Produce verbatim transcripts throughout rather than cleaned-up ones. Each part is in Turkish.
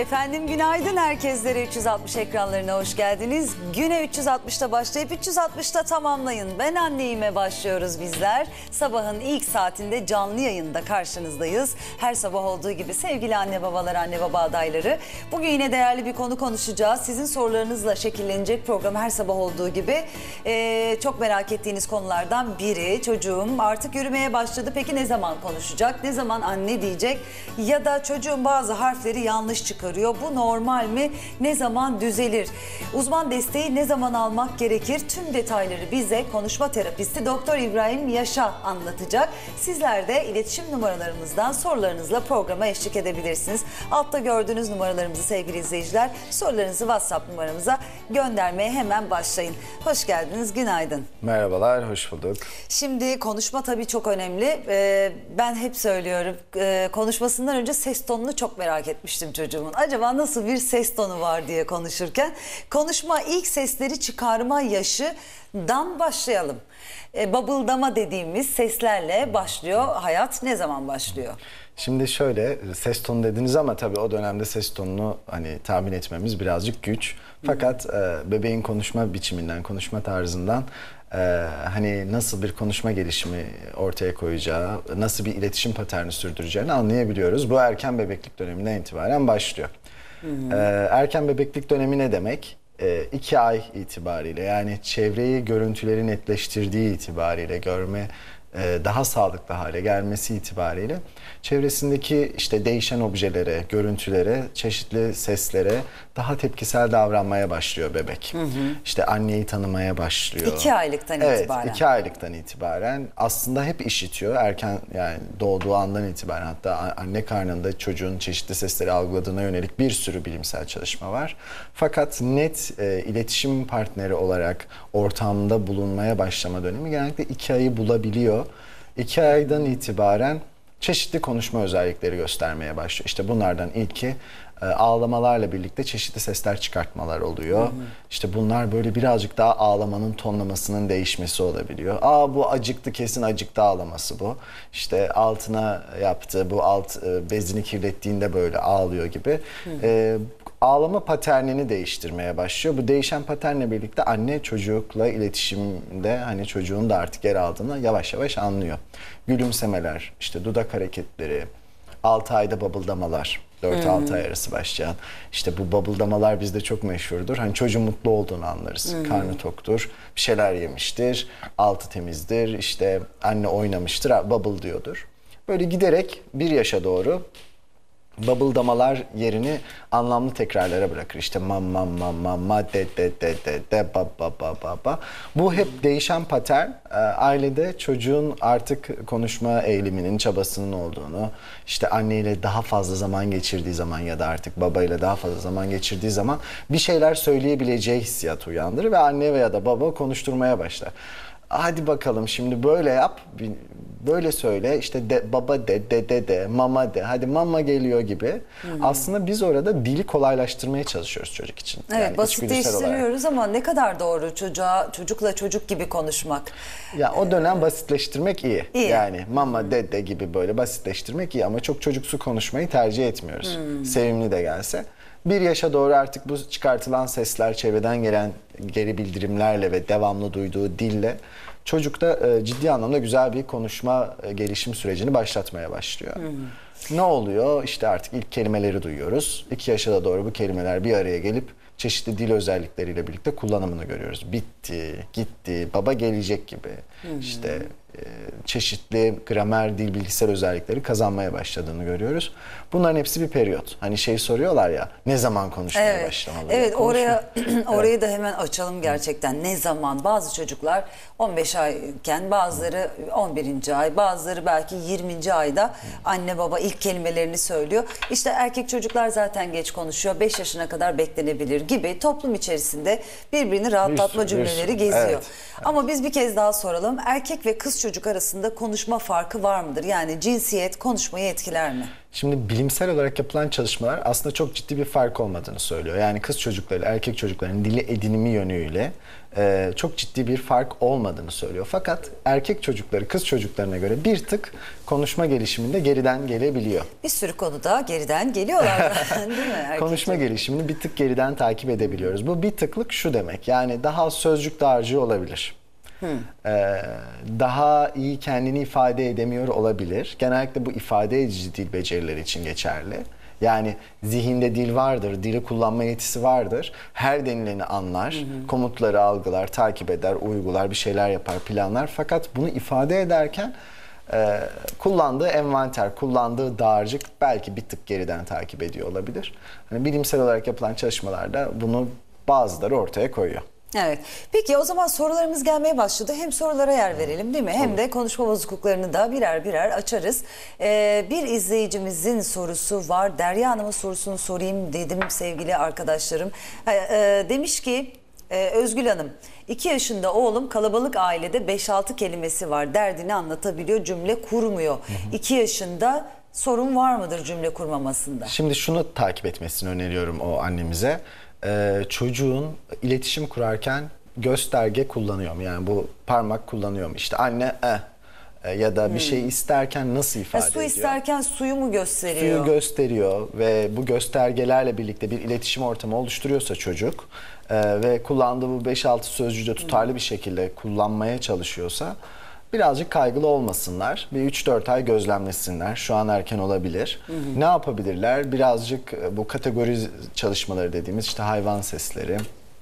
Efendim günaydın herkeslere. üç yüz altmış ekranlarına hoş geldiniz. Güne üç yüz altmışta başlayıp üç yüz altmışta tamamlayın. Ben anneyime başlıyoruz bizler. Sabahın ilk saatinde canlı yayında karşınızdayız. Her sabah olduğu gibi sevgili anne babalar, anne baba adayları. Bugün yine değerli bir konu konuşacağız. Sizin sorularınızla şekillenecek program her sabah olduğu gibi. Ee, çok merak ettiğiniz konulardan biri. Çocuğum artık yürümeye başladı. Peki ne zaman konuşacak? Ne zaman anne diyecek? Ya da çocuğun bazı harfleri yanlış çıkarıyor. Bu normal mi? Ne zaman düzelir? Uzman desteği ne zaman almak gerekir? Tüm detayları bize konuşma terapisti Doktor İbrahim Yaşa anlatacak. Sizler de iletişim numaralarımızdan sorularınızla programa eşlik edebilirsiniz. Altta gördüğünüz numaralarımızı sevgili izleyiciler, sorularınızı WhatsApp numaramıza göndermeye hemen başlayın. Hoş geldiniz, günaydın. Merhabalar, hoş bulduk. Şimdi konuşma tabii çok önemli. Ee, ben hep söylüyorum, ee, konuşmasından önce ses tonunu çok merak etmiştim çocuğumun. Acaba nasıl bir ses tonu var diye konuşurken. Konuşma ilk sesleri çıkarma yaşından başlayalım. Ee, babıldama dediğimiz seslerle başlıyor. Hayat ne zaman başlıyor? Şimdi şöyle, ses tonu dediniz ama tabii o dönemde ses tonunu hani tahmin etmemiz birazcık güç. Fakat e, bebeğin konuşma biçiminden, konuşma tarzından e, hani nasıl bir konuşma gelişimi ortaya koyacağı, nasıl bir iletişim paterni sürdüreceğini anlayabiliyoruz. Bu erken bebeklik döneminden itibaren başlıyor. E, erken bebeklik dönemi ne demek? E, iki ay itibariyle, yani çevreyi görüntüleri netleştirdiği itibariyle, görme daha sağlıklı hale gelmesi itibariyle çevresindeki işte değişen objelere, görüntülere, çeşitli seslere daha tepkisel davranmaya başlıyor bebek. Hı hı. İşte anneyi tanımaya başlıyor. İki aylıktan evet, itibaren. Evet, iki aylıktan itibaren aslında hep işitiyor. Erken, yani doğduğu andan itibaren, hatta anne karnında çocuğun çeşitli sesleri algıladığına yönelik bir sürü bilimsel çalışma var. Fakat net e, iletişim partneri olarak ortamda bulunmaya başlama dönemi genellikle iki ayı bulabiliyor. İki aydan itibaren çeşitli konuşma özellikleri göstermeye başlıyor. İşte bunlardan ilki e, ağlamalarla birlikte çeşitli sesler çıkartmalar oluyor. Hı hı. İşte bunlar böyle birazcık daha ağlamanın tonlamasının değişmesi olabiliyor. Aa, bu acıktı, kesin acıktı ağlaması bu. İşte altına yaptı, bu alt e, bezini kirlettiğinde böyle ağlıyor gibi. Hı hı. E, Ağlama paternini değiştirmeye başlıyor. Bu değişen paternle birlikte anne çocukla iletişimde hani çocuğun da artık yer aldığını yavaş yavaş anlıyor. Gülümsemeler, işte dudak hareketleri, altı ayda babıldamalar, dört altı ay arası başlayan. İşte bu babıldamalar bizde çok meşhurdur. Hani çocuğun mutlu olduğunu anlarız. Hmm. Karnı toktur, bir şeyler yemiştir, altı temizdir, işte anne oynamıştır, babıl diyordur. Böyle giderek bir yaşa doğru babıldamalar yerini anlamlı tekrarlara bırakır. İşte mam mam mam mam ma de de de de de ba ba ba ba ba. Bu hep değişen patern. Ailede çocuğun artık konuşma eğiliminin, çabasının olduğunu, işte anneyle daha fazla zaman geçirdiği zaman ya da artık babayla daha fazla zaman geçirdiği zaman bir şeyler söyleyebileceği hissiyatı uyandırır ve anne veya da baba konuşturmaya başlar. Hadi bakalım şimdi böyle yap, böyle söyle, işte de, baba de, de de de, mama de, hadi mama geliyor gibi. Hmm. Aslında biz orada dili kolaylaştırmaya çalışıyoruz çocuk için. Evet, yani basitleştiriyoruz ama ne kadar doğru çocuğa, çocukla çocuk gibi konuşmak. Ya o dönem ee, basitleştirmek iyi. iyi. Yani mama, de de gibi böyle basitleştirmek iyi ama çok çocuksu konuşmayı tercih etmiyoruz. Hmm. Sevimli de gelse. Bir yaşa doğru artık bu çıkartılan sesler, çevreden gelen geri bildirimlerle ve devamlı duyduğu dille çocukta e, ciddi anlamda güzel bir konuşma e, gelişim sürecini başlatmaya başlıyor. Hmm. Ne oluyor? İşte artık ilk kelimeleri duyuyoruz. İki yaşa da doğru bu kelimeler bir araya gelip çeşitli dil özellikleriyle birlikte kullanımını görüyoruz. Bitti, gitti, baba gelecek gibi. Hmm. İşte e, çeşitli gramer, dil, bilgisayar özellikleri kazanmaya başladığını görüyoruz. Bunların hepsi bir periyot. Hani şey soruyorlar ya, ne zaman konuşmaya evet. başlamalı? Evet, Konuşma. oraya orayı evet. da hemen açalım gerçekten. Ne zaman? Bazı çocuklar on beş ayken, bazıları on birinci ay, bazıları belki yirminci ayda anne baba ilk kelimelerini söylüyor. İşte erkek çocuklar zaten geç konuşuyor. beş yaşına kadar beklenebilir gibi toplum içerisinde birbirini rahatlatma bir sürü, cümleleri bir geziyor. Evet. Ama biz bir kez daha soralım. Erkek ve kız çocuk arasında konuşma farkı var mıdır? Yani cinsiyet konuşmayı etkiler mi? Şimdi bilimsel olarak yapılan çalışmalar aslında çok ciddi bir fark olmadığını söylüyor. Yani kız çocukları, erkek çocukların dili edinimi yönüyle e, çok ciddi bir fark olmadığını söylüyor. Fakat erkek çocukları kız çocuklarına göre bir tık konuşma gelişiminde geriden gelebiliyor. Bir sürü konuda geriden geliyorlar değil mi? Erkek Konuşma çocuk. gelişimini bir tık geriden takip edebiliyoruz. Bu bir tıklık şu demek, yani daha az sözcük dağarcığı olabilir. Ee, daha iyi kendini ifade edemiyor olabilir. Genellikle bu ifade edici dil becerileri için geçerli. Yani zihinde dil vardır, dili kullanma yetisi vardır. Her denileni anlar, hı hı. komutları algılar, takip eder, uygular, bir şeyler yapar, planlar. Fakat bunu ifade ederken e, kullandığı envanter, kullandığı dağarcık belki bir tık geriden takip ediyor olabilir. Hani bilimsel olarak yapılan çalışmalarda bunu bazıları ortaya koyuyor. Evet. Peki o zaman sorularımız gelmeye başladı. Hem sorulara yer verelim değil mi? Hem de konuşma bozukluklarını da birer birer açarız. Ee, bir izleyicimizin sorusu var. Derya Hanım'ın sorusunu sorayım dedim sevgili arkadaşlarım. Ee, e, demiş ki e, Özgül Hanım, iki yaşında oğlum kalabalık ailede beş altı kelimesi var. Derdini anlatabiliyor, cümle kurmuyor. iki yaşında sorun var mıdır cümle kurmamasında? Şimdi şunu takip etmesini öneriyorum o annemize. Ee, çocuğun iletişim kurarken gösterge kullanıyor mu? Yani bu parmak kullanıyor mu? İşte anne eh, e, ya da bir şey isterken nasıl ifade Ha, su ediyor? isterken suyu mu gösteriyor? Suyu gösteriyor ve bu göstergelerle birlikte bir iletişim ortamı oluşturuyorsa çocuk e, ve kullandığı bu beş altı sözcüğü de tutarlı bir şekilde kullanmaya çalışıyorsa birazcık kaygılı olmasınlar. Bir üç dört ay gözlemlesinler. Şu an erken olabilir. Hı hı. Ne yapabilirler? Birazcık bu kategori çalışmaları dediğimiz işte hayvan sesleri,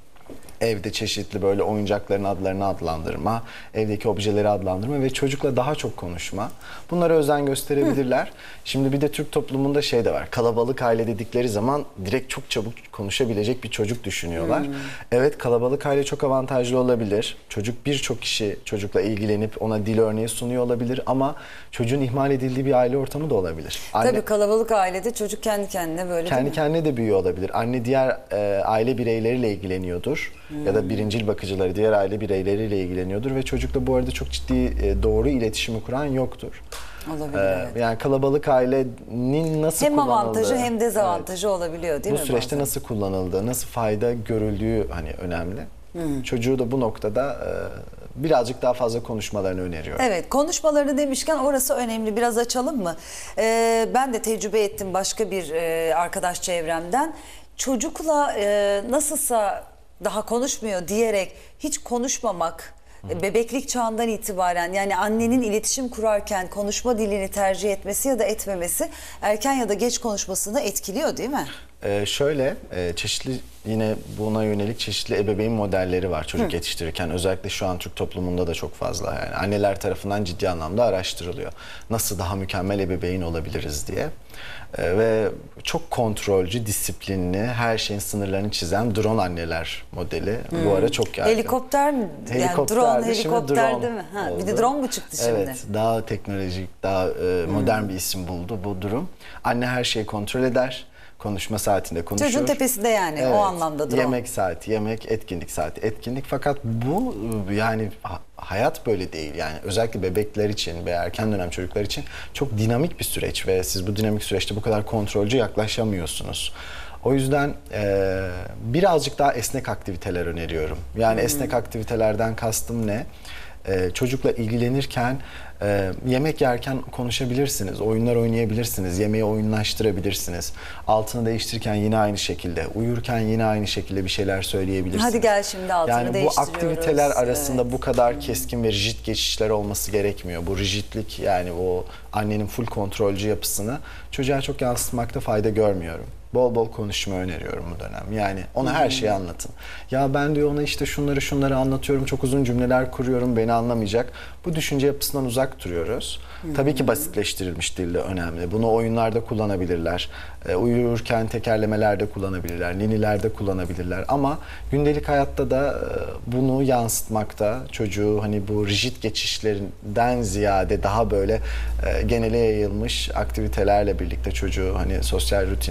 evde çeşitli böyle oyuncakların adlarını adlandırma, evdeki objeleri adlandırma ve çocukla daha çok konuşma. Bunlara özen gösterebilirler. Hı. Şimdi bir de Türk toplumunda şey de var. Kalabalık aile dedikleri zaman direkt çok çabuk konuşabilecek bir çocuk düşünüyorlar. Hı. Evet, kalabalık aile çok avantajlı olabilir. Çocuk birçok kişi çocukla ilgilenip ona dil örneği sunuyor olabilir ama çocuğun ihmal edildiği bir aile ortamı da olabilir. Anne, Tabii kalabalık ailede çocuk kendi kendine böyle kendi kendine de büyüyor olabilir. Anne diğer e, aile bireyleriyle ilgileniyordur. Hmm. Ya da birincil bakıcıları diğer aile bireyleriyle ilgileniyordur ve çocukla bu arada çok ciddi e, doğru iletişimi kuran yoktur. Olabilir, ee, evet. Yani kalabalık ailenin nasıl hem kullanıldığı, avantajı hem dezavantajı evet. olabiliyor değil bu mi? Bu süreçte bazen? nasıl kullanıldığı, nasıl fayda görüldüğü hani önemli. Hmm. Çocuğu da bu noktada e, birazcık daha fazla konuşmalarını öneriyorum. Evet, konuşmalarını demişken orası önemli. Biraz açalım mı? Ee, ben de tecrübe ettim başka bir e, arkadaş çevremden. Çocukla e, nasılsa daha konuşmuyor diyerek hiç konuşmamak, Hı. bebeklik çağından itibaren yani annenin iletişim kurarken konuşma dilini tercih etmesi ya da etmemesi erken ya da geç konuşmasını etkiliyor değil mi? Ee, şöyle e, çeşitli yine buna yönelik çeşitli ebeveyn modelleri var çocuk Hı. yetiştirirken. Özellikle şu an Türk toplumunda da çok fazla yani anneler tarafından ciddi anlamda araştırılıyor. Nasıl daha mükemmel ebeveyn olabiliriz diye. Ee, ve çok kontrolcü, disiplinli, her şeyin sınırlarını çizen drone anneler modeli hmm. bu ara çok yaygın. Helikopter mi? Helikopter yani drone, de, helikopter drone değil mi? Ha, oldu. bir de drone mu çıktı şimdi? Evet, daha teknolojik, daha e, modern hmm. bir isim buldu bu durum. Anne her şeyi kontrol eder. Konuşma saatinde konuşur. Çocuğun tepesinde yani evet, o anlamda drone. Yemek saati, yemek, etkinlik saati, etkinlik. Fakat bu yani hayat böyle değil. Yani özellikle bebekler için ve erken dönem çocuklar için çok dinamik bir süreç ve siz bu dinamik süreçte bu kadar kontrolcü yaklaşamıyorsunuz. O yüzden e, birazcık daha esnek aktiviteler öneriyorum. Yani hmm. esnek aktivitelerden kastım ne? E, çocukla ilgilenirken e, yemek yerken konuşabilirsiniz, oyunlar oynayabilirsiniz, yemeği oyunlaştırabilirsiniz. Altını değiştirirken yine aynı şekilde, uyurken yine aynı şekilde bir şeyler söyleyebilirsiniz. Hadi gel şimdi altını yani değiştiriyoruz. Yani bu aktiviteler arasında evet. bu kadar keskin ve rigid geçişler olması gerekmiyor. Bu rigidlik yani o annenin full kontrolcü yapısını çocuğa çok yansıtmakta fayda görmüyorum. Bol bol konuşma öneriyorum bu dönem. Yani ona her şeyi anlatın. Ya ben diyor ona işte şunları şunları anlatıyorum, çok uzun cümleler kuruyorum, beni anlamayacak. Bu düşünce yapısından uzak duruyoruz. Hmm. Tabii ki basitleştirilmiş dil de önemli. Bunu oyunlarda kullanabilirler. E, uyurken tekerlemelerde kullanabilirler, ninilerde kullanabilirler. Ama gündelik hayatta da e, bunu yansıtmakta çocuğu hani bu rigid geçişlerinden ziyade daha böyle e, genele yayılmış aktivitelerle birlikte çocuğu hani sosyal rutinini düzenlemek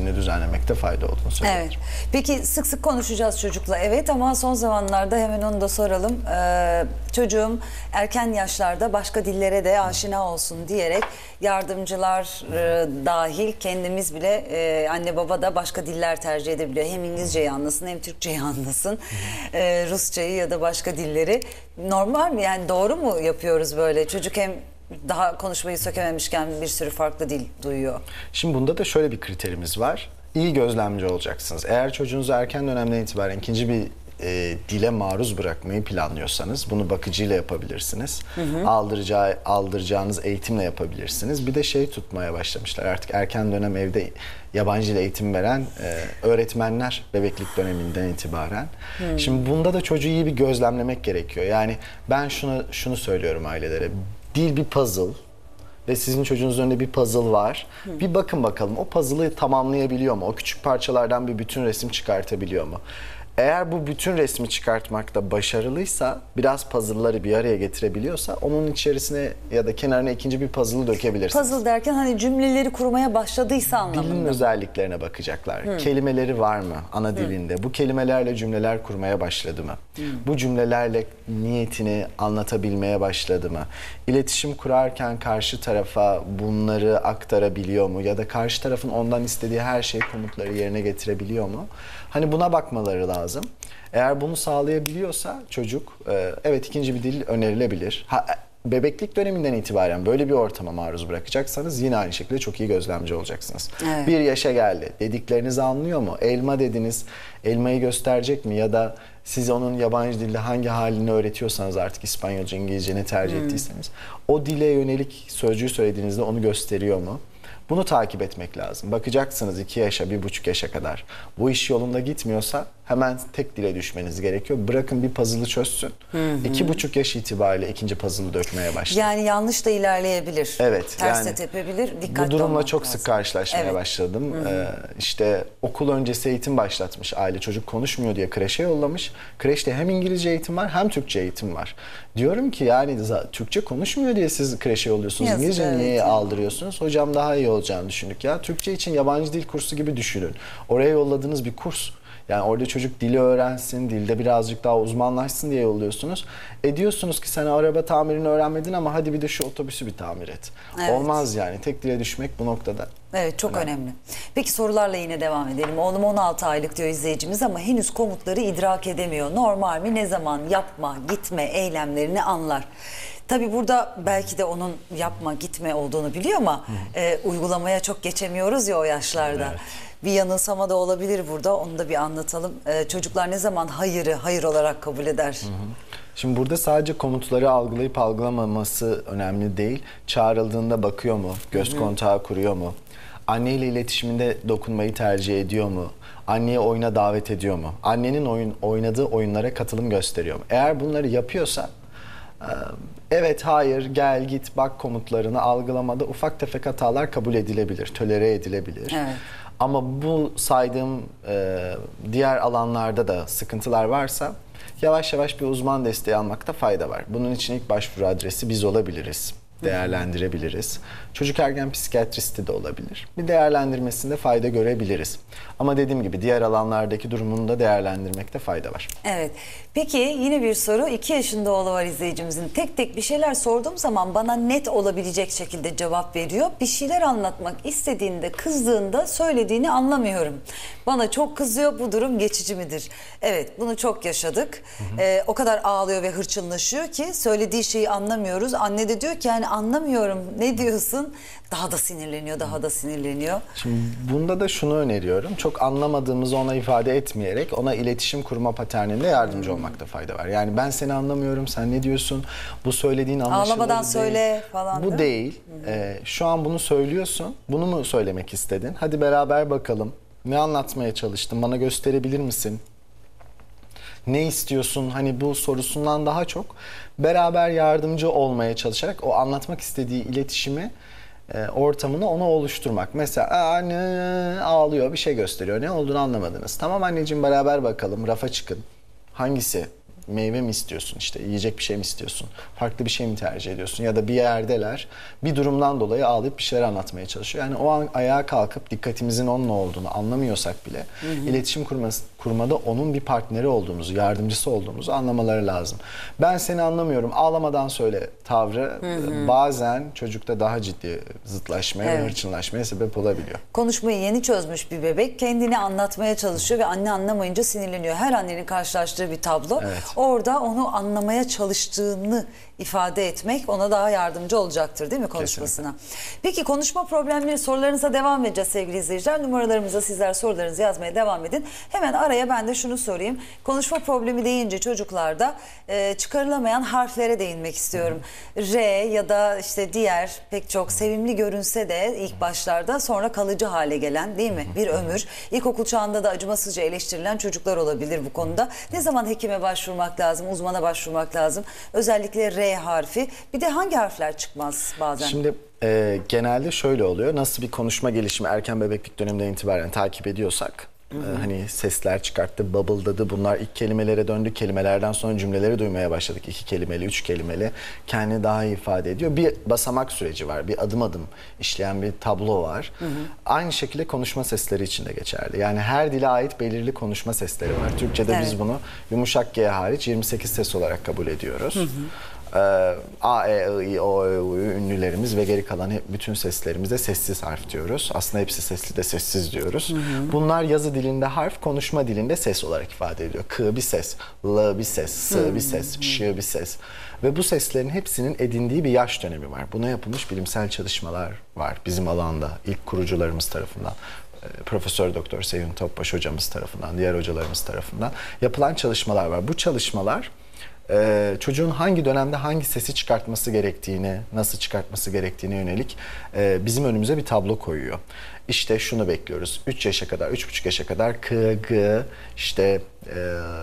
gözlemlemekte fayda olduğunu söyleyebilirim. Evet. Peki sık sık konuşacağız çocukla, evet, ama son zamanlarda hemen onu da soralım. Ee, çocuğum erken yaşlarda başka dillere de aşina olsun diyerek yardımcılar e, dahil kendimiz bile e, anne baba da başka diller tercih edebiliyor. Hem İngilizceyi anlasın hem Türkçeyi anlasın. E, Rusçayı ya da başka dilleri. Normal mi? Yani doğru mu yapıyoruz böyle? Çocuk hem daha konuşmayı sökememişken bir sürü farklı dil duyuyor. Şimdi bunda da şöyle bir kriterimiz var. İyi gözlemci olacaksınız. Eğer çocuğunuzu erken dönemden itibaren ikinci bir e, dile maruz bırakmayı planlıyorsanız bunu bakıcıyla yapabilirsiniz. Hı hı. Aldıracağı, aldıracağınız eğitimle yapabilirsiniz. Bir de şey tutmaya başlamışlar artık erken dönem evde yabancı dil eğitim veren e, öğretmenler bebeklik döneminden itibaren. Hı. Şimdi bunda da çocuğu iyi bir gözlemlemek gerekiyor. Yani ben şunu şunu söylüyorum ailelere. Dil bir puzzle ve sizin çocuğunuzun önünde bir puzzle var. Hı. Bir bakın bakalım o puzzle'ı tamamlayabiliyor mu? O küçük parçalardan bir bütün resim çıkartabiliyor mu? Eğer bu bütün resmi çıkartmakta başarılıysa, biraz puzzle'ları bir araya getirebiliyorsa onun içerisine ya da kenarına ikinci bir puzzle'ı dökebilirsiniz. Puzzle derken hani cümleleri kurmaya başladıysa anlamında. Dilin özelliklerine bakacaklar. Hı. Kelimeleri var mı ana dilinde? Hı. Bu kelimelerle cümleler kurmaya başladı mı? Hı. Bu cümlelerle niyetini anlatabilmeye başladı mı? İletişim kurarken karşı tarafa bunları aktarabiliyor mu? Ya da karşı tarafın ondan istediği her şeyi, komutları yerine getirebiliyor mu? Hani buna bakmaları lazım. Eğer bunu sağlayabiliyorsa çocuk, evet ikinci bir dil önerilebilir. Ha, bebeklik döneminden itibaren böyle bir ortama maruz bırakacaksanız yine aynı şekilde çok iyi gözlemci olacaksınız. Evet. Bir yaşa geldi. Dediklerinizi anlıyor mu? Elma dediniz. Elmayı gösterecek mi? Ya da siz onun yabancı dilde hangi halini öğretiyorsanız artık İspanyolca, İngilizce ne tercih hmm. ettiyseniz o dile yönelik sözcüğü söylediğinizde onu gösteriyor mu? Bunu takip etmek lazım. Bakacaksınız iki yaşa, bir buçuk yaşa kadar. Bu iş yolunda gitmiyorsa hemen tek dile düşmeniz gerekiyor. Bırakın bir puzzle'ı çözsün. Hı hı. İki buçuk yaş itibariyle ikinci puzzle'ı dökmeye başlayın. Yani yanlış da ilerleyebilir. Evet. Ters de yani, tepebilir. Dikkatli bu durumla çok lazım. sık karşılaşmaya evet. başladım. Hı hı. Ee, işte okul öncesi eğitim başlatmış aile. Çocuk konuşmuyor diye kreşe yollamış. Kreşte hem İngilizce eğitim var hem Türkçe eğitim var. Diyorum ki yani Türkçe konuşmuyor diye siz kreşe yolluyorsunuz. Yazık, İngilizce evet. niye aldırıyorsunuz? Hocam daha iyi olacağını düşündük ya. Türkçe için yabancı dil kursu gibi düşünün. Oraya yolladığınız bir kurs. Yani orada çocuk dili öğrensin, dilde birazcık daha uzmanlaşsın diye yolluyorsunuz. E diyorsunuz ki sen araba tamirini öğrenmedin ama hadi bir de şu otobüsü bir tamir et. Evet. Olmaz yani. Tek dile düşmek bu noktada. Evet, çok önemli. önemli. Peki sorularla yine devam edelim. Oğlum on altı aylık diyor izleyicimiz ama henüz komutları idrak edemiyor. Normal mi? Ne zaman yapma, gitme eylemlerini anlar. Tabii burada belki de onun yapma, gitme olduğunu biliyor ama e, uygulamaya çok geçemiyoruz ya o yaşlarda. Evet. Bir yanılsama da olabilir burada. Onu da bir anlatalım. Ee, çocuklar ne zaman hayırı hayır olarak kabul eder? Hı hı. Şimdi burada sadece komutları algılayıp algılamaması önemli değil. Çağrıldığında bakıyor mu? Göz hı hı. kontağı kuruyor mu? Anneyle iletişiminde dokunmayı tercih ediyor mu? Anneye oyuna davet ediyor mu? Annenin oyun oynadığı oyunlara katılım gösteriyor mu? Eğer bunları yapıyorsa evet, hayır, gel, git, bak komutlarını algılamada ufak tefek hatalar kabul edilebilir, tolere edilebilir. Evet. Ama bu saydığım e, diğer alanlarda da sıkıntılar varsa yavaş yavaş bir uzman desteği almakta fayda var. Bunun için ilk başvuru adresi biz olabiliriz. Değerlendirebiliriz. Çocuk ergen psikiyatristi de olabilir. Bir değerlendirmesinde fayda görebiliriz. Ama dediğim gibi diğer alanlardaki durumunu da değerlendirmekte fayda var. Evet. Peki yine bir soru. iki yaşında oğlu var izleyicimizin. Tek tek bir şeyler sorduğum zaman bana net olabilecek şekilde cevap veriyor. Bir şeyler anlatmak istediğinde, kızdığında söylediğini anlamıyorum. Bana çok kızıyor. Bu durum geçici midir? Evet, bunu çok yaşadık. Hı hı. Ee, o kadar ağlıyor ve hırçınlaşıyor ki söylediği şeyi anlamıyoruz. Anne de diyor ki yani anlamıyorum, ne diyorsun? Daha da sinirleniyor, daha da sinirleniyor. Şimdi bunda da şunu öneriyorum. Çok anlamadığımızı ona ifade etmeyerek ona iletişim kurma paterninde yardımcı hmm. olmakta fayda var. Yani ben seni anlamıyorum, sen ne diyorsun? Bu söylediğin anlaşılır Ağlamadan değil. söyle falan. Bu değil. Hmm. Ee, şu an bunu söylüyorsun. Bunu mu söylemek istedin? Hadi beraber bakalım. Ne anlatmaya çalıştın? Bana gösterebilir misin? Ne istiyorsun? Hani bu sorusundan daha çok beraber yardımcı olmaya çalışarak o anlatmak istediği iletişimi, e, ortamını ona oluşturmak. Mesela anne ağlıyor, bir şey gösteriyor. Ne olduğunu anlamadınız. Tamam anneciğim, beraber bakalım, rafa çıkın. Hangisi? meyve mi istiyorsun, işte yiyecek bir şey mi istiyorsun, farklı bir şey mi tercih ediyorsun, ya da bir yerdeler bir durumdan dolayı ağlayıp bir şeyler anlatmaya çalışıyor. Yani o an ayağa kalkıp dikkatimizin onunla olduğunu anlamıyorsak bile hı hı. iletişim kurması, kurmada onun bir partneri olduğumuzu, yardımcısı olduğumuzu anlamaları lazım. Ben seni anlamıyorum, ağlamadan söyle tavrı hı hı. bazen çocukta daha ciddi zıtlaşmaya evet. ve hırçınlaşmaya sebep olabiliyor. Konuşmayı yeni çözmüş bir bebek kendini anlatmaya çalışıyor ve anne anlamayınca sinirleniyor. Her annenin karşılaştığı bir tablo. Evet. Orada onu anlamaya çalıştığını ifade etmek ona daha yardımcı olacaktır değil mi konuşmasına? Kesinlikle. Peki konuşma problemleri, sorularınıza devam edeceğiz sevgili izleyiciler. Numaralarımıza sizler sorularınızı yazmaya devam edin. Hemen araya ben de şunu sorayım. Konuşma problemi deyince çocuklarda e, çıkarılamayan harflere değinmek istiyorum. Hı. R ya da işte diğer pek çok sevimli görünse de ilk başlarda sonra kalıcı hale gelen değil mi? Bir ömür. İlkokul çağında da acımasızca eleştirilen çocuklar olabilir bu konuda. Ne zaman hekime başvurmak lazım, uzmana başvurmak lazım? Özellikle R harfi. Bir de hangi harfler çıkmaz bazen? Şimdi e, genelde şöyle oluyor. Nasıl bir konuşma gelişimi erken bebeklik döneminden itibaren takip ediyorsak, hı hı. E, hani sesler çıkarttı, babıldadı. Bunlar ilk kelimelere döndü. Kelimelerden sonra cümleleri duymaya başladık. İki kelimeli, üç kelimeli. Kendini daha iyi ifade ediyor. Bir basamak süreci var. Bir adım adım işleyen bir tablo var. Hı hı. Aynı şekilde konuşma sesleri için de geçerli. Yani her dile ait belirli konuşma sesleri var. Türkçe'de evet. biz bunu yumuşak G hariç yirmi sekiz ses olarak kabul ediyoruz. Hı hı. A, E, I, O, Ö, U ünlülerimiz ve geri kalan hep bütün seslerimizde sessiz harf diyoruz. Aslında hepsi sesli de sessiz diyoruz. Hı hı. Bunlar yazı dilinde harf, konuşma dilinde ses olarak ifade ediliyor. K bir ses, L bir ses, S hı. bir ses, Ş bir ses. Ve bu seslerin hepsinin edindiği bir yaş dönemi var. Buna yapılmış bilimsel çalışmalar var bizim alanda, ilk kurucularımız tarafından. Profesör Doktor Seyhun Topbaş hocamız tarafından, diğer hocalarımız tarafından yapılan çalışmalar var. Bu çalışmalar Ee, çocuğun hangi dönemde hangi sesi çıkartması gerektiğini, nasıl çıkartması gerektiğine yönelik e, bizim önümüze bir tablo koyuyor. İşte şunu bekliyoruz. üç yaşa kadar, üç buçuk yaşa kadar K, G, işte e,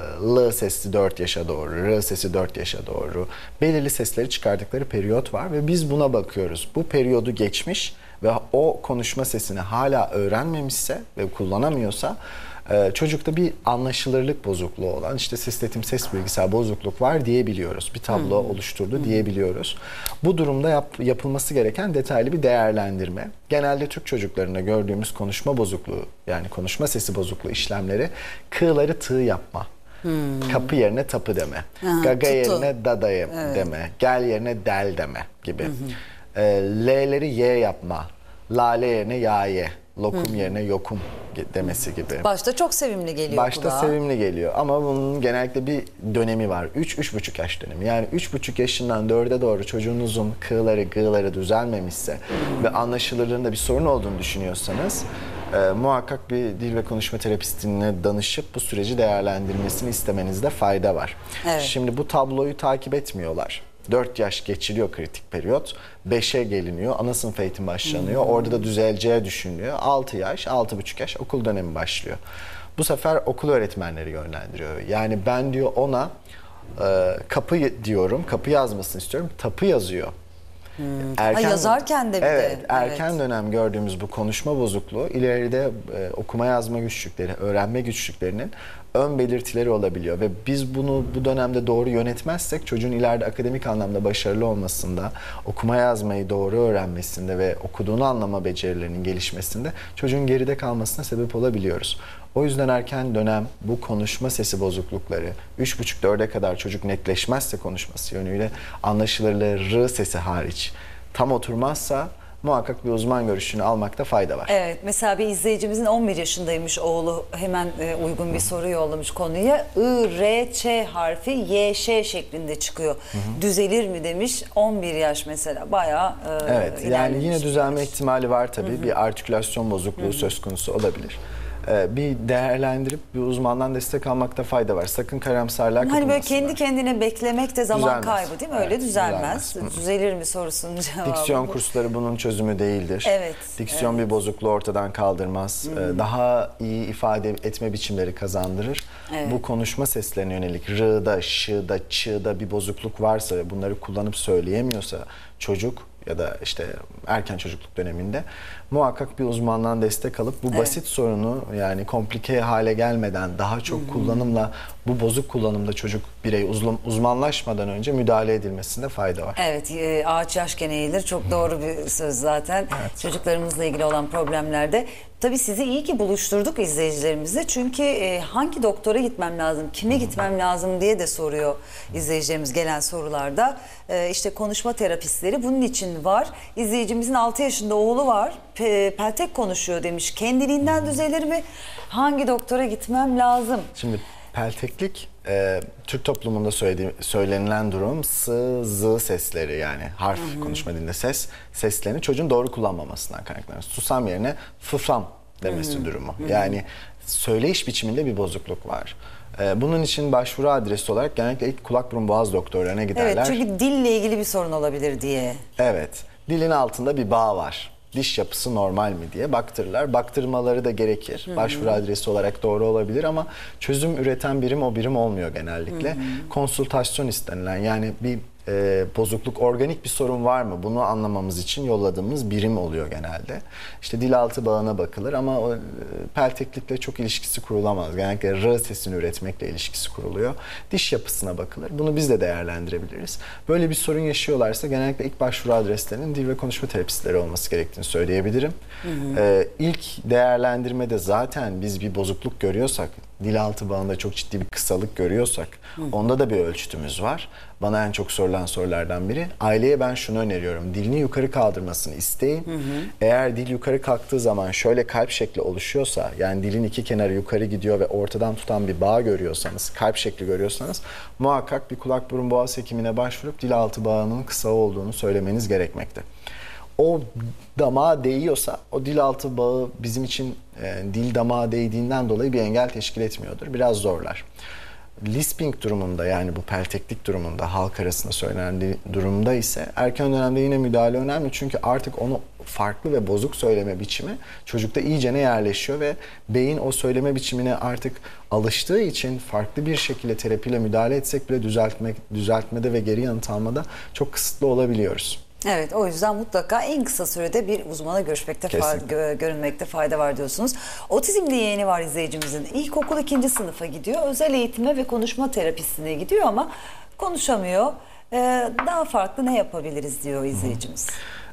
L sesi dört yaşa doğru, R sesi dört yaşa doğru belirli sesleri çıkardıkları periyot var ve biz buna bakıyoruz. Bu periyodu geçmiş ve o konuşma sesini hala öğrenmemişse ve kullanamıyorsa Ee, çocukta bir anlaşılırlık bozukluğu olan, işte sistetim ses bilgisayar bozukluk var diyebiliyoruz. Bir tablo hmm. oluşturdu hmm. diyebiliyoruz. Bu durumda yap, yapılması gereken detaylı bir değerlendirme. Genelde Türk çocuklarında gördüğümüz konuşma bozukluğu, yani konuşma sesi bozukluğu işlemleri k'ları tığ yapma. Hmm. Kapı yerine tapı deme. Aha, gaga tutu. yerine dada evet. deme. Gel yerine del deme gibi. Hmm. Ee, L'leri y yapma. Lale yerine ya ye. Lokum hmm. yerine yokum demesi gibi. Başta çok sevimli geliyor. Başta kulağa. sevimli geliyor ama bunun genellikle bir dönemi var. üç üç buçuk yaş dönemi. Yani üç buçuk yaşından dörde doğru çocuğunuzun k'ları, g'ları düzelmemişse hmm. ve anlaşılırlığında bir sorun olduğunu düşünüyorsanız e, muhakkak bir dil ve konuşma terapistine danışıp bu süreci değerlendirmesini istemenizde fayda var. Evet. Şimdi bu tabloyu takip etmiyorlar. dört yaş geçiliyor kritik periyot. beşe geliniyor. Ana sınıf eğitim başlanıyor. Hmm. Orada da düzeleceği düşünülüyor. altı yaş, altı buçuk yaş okul dönemi başlıyor. Bu sefer okul öğretmenleri yönlendiriyor. Yani ben diyor ona e, kapı diyorum, kapı yazmasını istiyorum. Tapı yazıyor. Hmm. Erken, ha, yazarken de bir evet, de. Erken evet. dönem gördüğümüz bu konuşma bozukluğu ileride e, okuma yazma güçlükleri, öğrenme güçlüklerinin ön belirtileri olabiliyor ve biz bunu bu dönemde doğru yönetmezsek çocuğun ileride akademik anlamda başarılı olmasında, okuma yazmayı doğru öğrenmesinde ve okuduğunu anlama becerilerinin gelişmesinde çocuğun geride kalmasına sebep olabiliyoruz. O yüzden erken dönem bu konuşma sesi bozuklukları üç buçuk dörde kadar çocuk netleşmezse konuşması yönüyle anlaşılırlığı R sesi hariç tam oturmazsa muhakkak bir uzman görüşünü almakta fayda var. Evet, mesela bir izleyicimizin on bir yaşındaymış oğlu, hemen e, uygun bir soru yollamış konuya. I, R, Ç harfi Y, Ş şeklinde çıkıyor. Hı hı. Düzelir mi demiş, on bir yaş mesela, bayağı e, evet, yani yine düzelme ihtimali var tabii. Hı hı. Bir artikülasyon bozukluğu hı hı. söz konusu olabilir. Bir değerlendirip bir uzmandan destek almakta fayda var. Sakın karamsarlığa kapılmasınlar. Hani böyle kendi kendine beklemek de zaman düzelmez. Kaybı değil mi? Öyle evet, düzelmez. düzelmez. Düzelir mi sorusunun cevabı. Diksiyon kursları bunun çözümü değildir. Evet. Diksiyon evet. bir bozukluğu ortadan kaldırmaz. Hmm. Daha iyi ifade etme biçimleri kazandırır. Evet. Bu konuşma seslerine yönelik R'da, Ş'da, Ç'da bir bozukluk varsa ve bunları kullanıp söyleyemiyorsa çocuk ya da işte erken çocukluk döneminde muhakkak bir uzmandan destek alıp bu Evet. basit sorunu, yani komplike hale gelmeden daha çok Hı-hı. kullanımla, bu bozuk kullanımda çocuk birey uzman, uzmanlaşmadan önce müdahale edilmesinde fayda var. Evet, e, ağaç yaşken eğilir. Çok doğru bir söz zaten. Evet. Çocuklarımızla ilgili olan problemlerde. Tabii sizi iyi ki buluşturduk izleyicilerimizle. Çünkü e, hangi doktora gitmem lazım, kime gitmem lazım diye de soruyor izleyicilerimiz gelen sorularda. E, işte konuşma terapistleri bunun için var. İzleyicimizin altı yaşında oğlu var. Pe, peltek konuşuyor demiş. Kendiliğinden düzelir mi? Hangi doktora gitmem lazım? Şimdi pelteklik e, Türk toplumunda söylediğim, söylenilen durum s, z sesleri, yani harf, hı hı. konuşma dilinde ses seslerini çocuğun doğru kullanmamasından kaynaklanıyor. Susam yerine fıfam demesi hı hı. durumu. Hı hı. Yani söyleyiş biçiminde bir bozukluk var. E, bunun için başvuru adresi olarak genellikle ilk kulak burun boğaz doktorlarına giderler. Evet, çünkü dille ilgili bir sorun olabilir diye. Evet, dilin altında bir bağ var. Diş yapısı normal mi diye baktırırlar. Baktırmaları da gerekir. Hı-hı. Başvuru adresi olarak doğru olabilir ama çözüm üreten birim o birim olmuyor genellikle. Hı-hı. Konsültasyon istenilen, yani bir e, bozukluk, organik bir sorun var mı? Bunu anlamamız için yolladığımız birim oluyor genelde. İşte dil altı bağına bakılır ama o e, pelteklikle çok ilişkisi kurulamaz. Genellikle r sesini üretmekle ilişkisi kuruluyor. Diş yapısına bakılır. Bunu biz de değerlendirebiliriz. Böyle bir sorun yaşıyorlarsa genellikle ilk başvuru adreslerinin dil ve konuşma terapistleri olması gerektiğini söyleyebilirim. Hı hı. Ee, ilk değerlendirmede zaten biz bir bozukluk görüyorsak, dil altı bağında çok ciddi bir kısalık görüyorsak, hı hı. onda da bir ölçütümüz var. Bana en çok sorulan sorulardan biri, aileye ben şunu öneriyorum: dilini yukarı kaldırmasını isteyin. Hı hı. Eğer dil yukarı kalktığı zaman şöyle kalp şekli oluşuyorsa, yani dilin iki kenarı yukarı gidiyor ve ortadan tutan bir bağ görüyorsanız, kalp şekli görüyorsanız muhakkak bir kulak burun boğaz hekimine başvurup dil altı bağının kısa olduğunu söylemeniz gerekmekte. O damağa değiyorsa, o dil altı bağı bizim için e, dil damağa değdiğinden dolayı bir engel teşkil etmiyordur. Biraz zorlar. Lisping durumunda, yani bu pelteklik durumunda, halk arasında söylenen durumda ise erken dönemde yine müdahale önemli. Çünkü artık onu farklı ve bozuk söyleme biçimi çocukta iyicene yerleşiyor ve beyin o söyleme biçimine artık alıştığı için farklı bir şekilde terapiyle müdahale etsek bile düzeltmek, düzeltmede ve geri yanıt almada çok kısıtlı olabiliyoruz. Evet, o yüzden mutlaka en kısa sürede bir uzmana görüşmekte, fa- görünmekte fayda var diyorsunuz. Otizmli yeğeni var izleyicimizin. İlkokul ikinci sınıfa gidiyor. Özel eğitime ve konuşma terapisine gidiyor ama konuşamıyor. Ee, daha farklı ne yapabiliriz diyor izleyicimiz.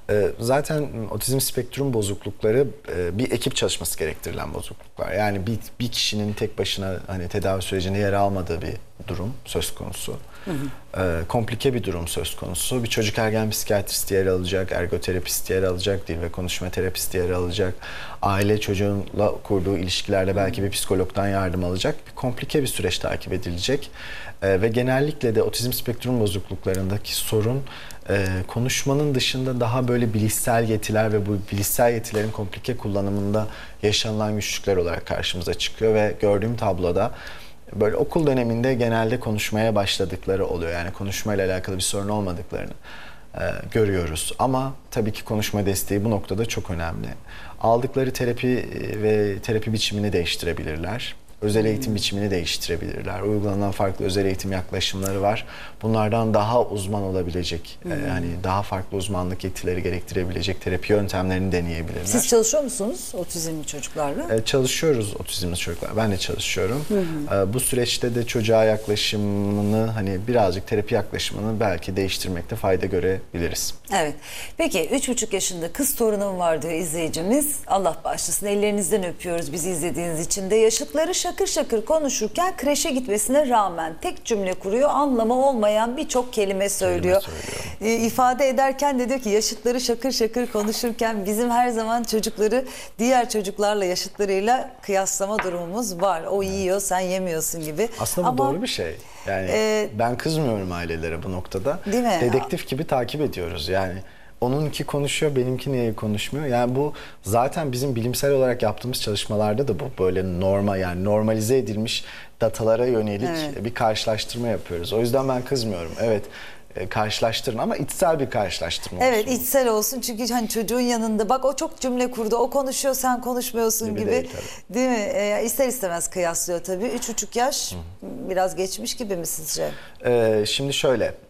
Zaten otizm spektrum bozuklukları bir ekip çalışması gerektirilen bozukluklar. Yani bir, bir kişinin tek başına hani tedavi sürecinde yer almadığı bir durum söz konusu. Hı hı. Komplike bir durum söz konusu. Bir çocuk ergen psikiyatrist yer alacak, ergoterapist yer alacak, dil ve konuşma terapisti yer alacak. Aile çocuğunla kurduğu ilişkilerde belki bir psikologdan yardım alacak. Bir komplike bir süreç takip edilecek. Ve genellikle de otizm spektrum bozukluklarındaki sorun Ee, konuşmanın dışında daha böyle bilişsel yetiler ve bu bilişsel yetilerin komplike kullanımında yaşanılan güçlükler olarak karşımıza çıkıyor ve gördüğüm tabloda böyle okul döneminde genelde konuşmaya başladıkları oluyor. Yani konuşmayla alakalı bir sorun olmadıklarını e, görüyoruz. Ama tabii ki konuşma desteği bu noktada çok önemli. Aldıkları terapi ve terapi biçimini değiştirebilirler. Özel eğitim biçimini değiştirebilirler. Uygulanan farklı özel eğitim yaklaşımları var. Bunlardan daha uzman olabilecek, hmm. e, yani daha farklı uzmanlık yetileri gerektirebilecek terapi yöntemlerini deneyebilirler. Siz çalışıyor musunuz otizmli çocuklarla? E, çalışıyoruz otizmli çocuklar. Ben de çalışıyorum. Hmm. E, bu süreçte de çocuğa yaklaşımını, hani birazcık terapi yaklaşımını belki değiştirmekte fayda görebiliriz. Evet. Peki üç buçuk yaşında kız torunum var diyor izleyicimiz. Allah bağışlasın, ellerinizden öpüyoruz bizi izlediğiniz için de. Yaşıtları şakır şakır konuşurken kreşe gitmesine rağmen tek cümle kuruyor, anlamı olmayan birçok kelime söylüyor. Kelime e, ifade ederken de diyor ki yaşıtları şakır şakır konuşurken bizim her zaman çocukları diğer çocuklarla, yaşıtlarıyla kıyaslama durumumuz var. O yiyor, sen yemiyorsun gibi. Aslında bu Ama, doğru bir şey. Yani e, ben kızmıyorum ailelere bu noktada. Değil mi? Dedektif gibi takip ediyoruz yani. Onunki konuşuyor, benimki niye konuşmuyor? Yani bu zaten bizim bilimsel olarak yaptığımız çalışmalarda da bu böyle normal, yani normalize edilmiş datalara yönelik evet. bir karşılaştırma yapıyoruz. O yüzden ben kızmıyorum. Evet, karşılaştırın ama içsel bir karşılaştırma olsun. Evet, içsel olsun çünkü hani çocuğun yanında bak o çok cümle kurdu, o konuşuyor, sen konuşmuyorsun gibi, gibi. Değil, değil mi? E, ister istemez kıyaslıyor tabii. Üç buçuk yaş Hı. biraz geçmiş gibi mi sizce? Ee, şimdi şöyle,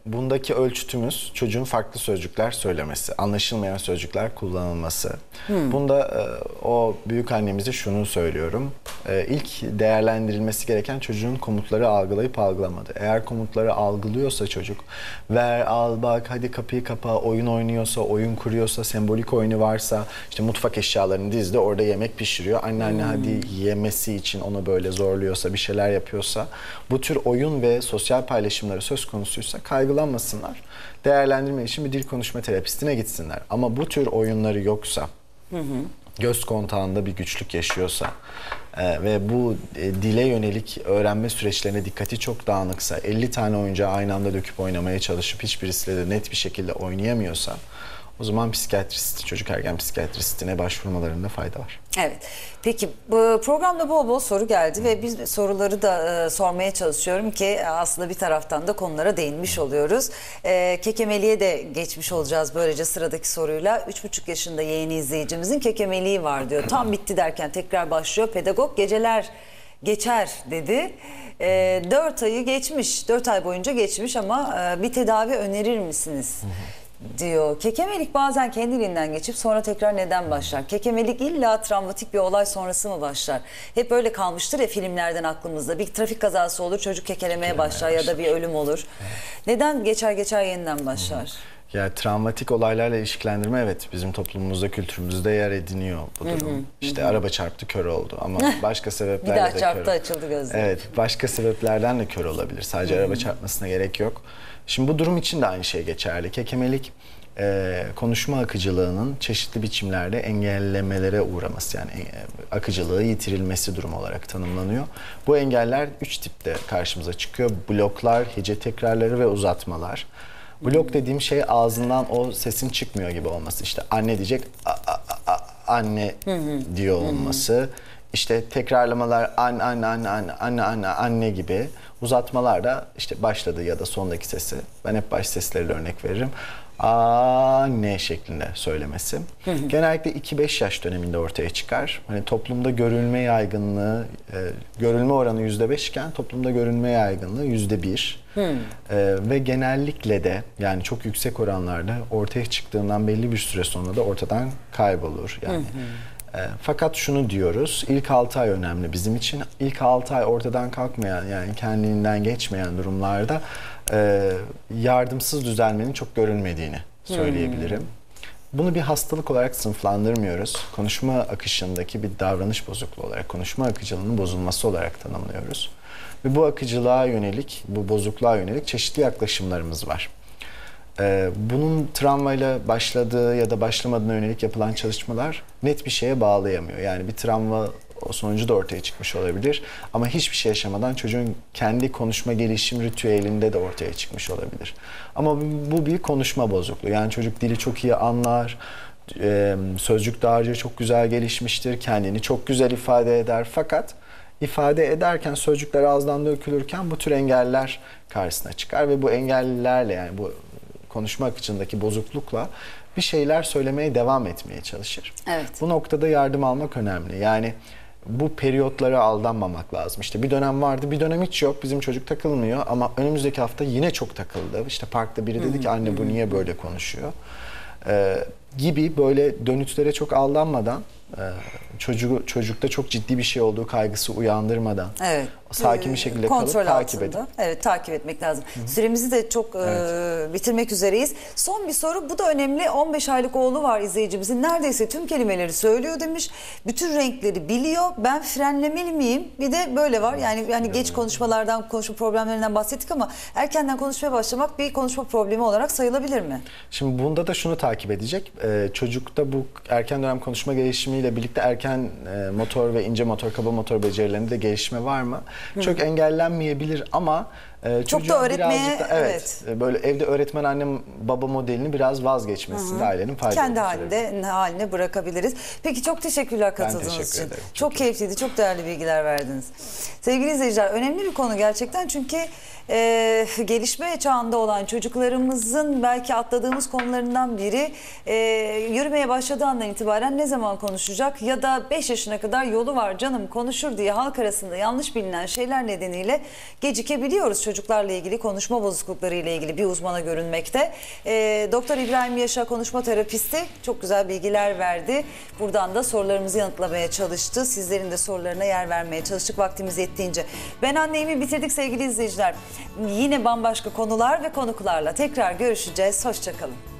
bundaki ölçütümüz çocuğun farklı sözcükler söylemesi, anlaşılmayan sözcükler kullanılması. Hmm. Bunda e, o büyük annemize şunu söylüyorum. E, ilk değerlendirilmesi gereken çocuğun komutları algılayıp algılamadı. Eğer komutları algılıyorsa çocuk, ver, al, bak, hadi kapıyı kapa, oyun oynuyorsa, oyun kuruyorsa, sembolik oyunu varsa, işte mutfak eşyalarını dizdi, orada yemek pişiriyor. Anne anne hmm. hadi yemesi için onu böyle zorluyorsa, bir şeyler yapıyorsa, bu tür oyun ve sosyal paylaşımları söz konusuysa kaygılanmasınlar. Değerlendirme için bir dil konuşma terapistine gitsinler. Ama bu tür oyunları yoksa, hı hı. göz kontağında bir güçlük yaşıyorsa e, ve bu e, dile yönelik öğrenme süreçlerine dikkati çok dağınıksa, elli tane oyuncağı aynı anda döküp oynamaya çalışıp hiçbirisiyle de net bir şekilde oynayamıyorsa, o zaman psikiyatrist, çocuk ergen psikiyatristine başvurmalarında fayda var. Evet. Peki bu programda bol bol soru geldi ve biz soruları da e, sormaya çalışıyorum ki aslında bir taraftan da konulara değinmiş oluyoruz. E, Kekemeli'ye de geçmiş olacağız böylece sıradaki soruyla. Üç buçuk yaşında yeğeni izleyicimizin kekemeliği var diyor. Tam bitti derken tekrar başlıyor. Pedagog geceler geçer dedi. E, dört ayı geçmiş. Dört ay boyunca geçmiş ama e, bir tedavi önerir misiniz? Hı hı. diyor. Kekemelik bazen kendiliğinden geçip sonra tekrar neden başlar? Kekemelik illa travmatik bir olay sonrası mı başlar? Hep böyle kalmıştır ya filmlerden aklımızda. Bir trafik kazası olur, çocuk kekelemeye başlar ya da bir ölüm olur. Evet. Neden geçer geçer yeniden başlar? Hı. Ya travmatik olaylarla ilişkilendirme evet bizim toplumumuzda, kültürümüzde yer ediniyor bu durum. Hı hı. İşte hı hı. araba çarptı, kör oldu ama başka sebeplerle de kör. Bir daha çarptı, açıldı gözleri. Evet, başka sebeplerden de kör olabilir. Sadece hı hı. araba çarpmasına gerek yok. Şimdi bu durum için de aynı şey geçerli. Kekemelik e, konuşma akıcılığının çeşitli biçimlerde engellemelere uğraması, yani e, akıcılığı yitirilmesi durumu olarak tanımlanıyor. Bu engeller üç tipte karşımıza çıkıyor. Bloklar, hece tekrarları ve uzatmalar. Blok dediğim şey ağzından o sesin çıkmıyor gibi olması. İşte anne diyecek a, a, a, anne hı hı. diyor olması. Hı hı. İşte tekrarlamalar anne anne anne anne anne anne anne gibi. Uzatmalar da işte başladığı ya da sondaki sesi. Ben hep baş sesleriyle örnek veririm. Anne şeklinde söylemesi. Hı hı. Genellikle iki beş yaş döneminde ortaya çıkar. Hani toplumda görülme yaygınlığı, e, görülme oranı yüzde beş iken toplumda görülme yaygınlığı yüzde bir. E, ve genellikle de yani çok yüksek oranlarda ortaya çıktığından belli bir süre sonra da ortadan kaybolur. Yani. Hı hı. E, fakat şunu diyoruz, ilk altı ay önemli bizim için. İlk altı ay ortadan kalkmayan, yani kendiliğinden geçmeyen durumlarda e, yardımsız düzelmenin çok görülmediğini söyleyebilirim. Hmm. Bunu bir hastalık olarak sınıflandırmıyoruz. Konuşma akışındaki bir davranış bozukluğu olarak, konuşma akıcılığının bozulması olarak tanımlıyoruz. Ve bu akıcılığa yönelik, bu bozukluğa yönelik çeşitli yaklaşımlarımız var. Ee, bunun travmayla başladığı ya da başlamadığına yönelik yapılan çalışmalar net bir şeye bağlayamıyor. Yani bir travma sonucu da ortaya çıkmış olabilir ama hiçbir şey yaşamadan çocuğun kendi konuşma gelişim ritüelinde de ortaya çıkmış olabilir. Ama bu bir konuşma bozukluğu. Yani çocuk dili çok iyi anlar, sözcük dağarcığı çok güzel gelişmiştir, kendini çok güzel ifade eder fakat ifade ederken sözcükler ağızdan dökülürken bu tür engeller karşısına çıkar ve bu engellerle, yani bu konuşma akışındaki bozuklukla bir şeyler söylemeye devam etmeye çalışır. Evet. Bu noktada yardım almak önemli. Yani bu periyotlara aldanmamak lazım. İşte bir dönem vardı, bir dönem hiç yok. Bizim çocuk takılmıyor ama önümüzdeki hafta yine çok takıldı. İşte parkta biri dedi ki anne bu niye böyle konuşuyor? Ee, gibi böyle dönütlere çok aldanmadan, çocuğu, çocukta çok ciddi bir şey olduğu kaygısı uyandırmadan, evet, sakin bir şekilde kontrol kalıp takip altında. edin. Evet, takip etmek lazım. Hı-hı. Süremizi de çok evet. e, bitirmek üzereyiz. Son bir soru, bu da önemli. on beş aylık oğlu var izleyicimizin. Neredeyse tüm kelimeleri söylüyor demiş. Bütün renkleri biliyor. Ben frenlemeli miyim? Bir de böyle var. Yani yani geç konuşmalardan, konuşma problemlerinden bahsettik ama erkenden konuşmaya başlamak bir konuşma problemi olarak sayılabilir mi? Şimdi bunda da şunu takip edecek. Ee, çocukta bu erken dönem konuşma gelişimiyle birlikte erken e, motor ve ince motor, kaba motor becerilerinde de gelişme var mı? Hı. Çok engellenmeyebilir ama e, çok da öğretmeye da, evet, evet, böyle evde öğretmen annem baba modelini biraz vazgeçmesinde ailenin faydalı. Kendi halinde haline bırakabiliriz. Peki çok teşekkürler katıldığınız teşekkür için. Ederim. Çok, çok keyifliydi, çok değerli bilgiler verdiniz. Sevgili izleyiciler, önemli bir konu gerçekten çünkü e, gelişme çağında olan çocuklarımızın belki atladığımız konularından biri e, yürümeye başladığı andan itibaren ne zaman konuşacak ya da beş yaşına kadar yolu var canım konuşur diye halk arasında yanlış bilinen şeyler nedeniyle gecikebiliyoruz. çocuklarla ilgili konuşma bozuklukları ile ilgili bir uzmana görünmekte. E, Doktor İbrahim Yaşa konuşma terapisti çok güzel bilgiler verdi. Buradan da sorularımızı yanıtlamaya çalıştı. Sizlerin de sorularına yer vermeye çalıştık vaktimiz yettiğince. Ben annemi bitirdik sevgili izleyiciler. Yine bambaşka konular ve konuklarla tekrar görüşeceğiz. Hoşça kalın.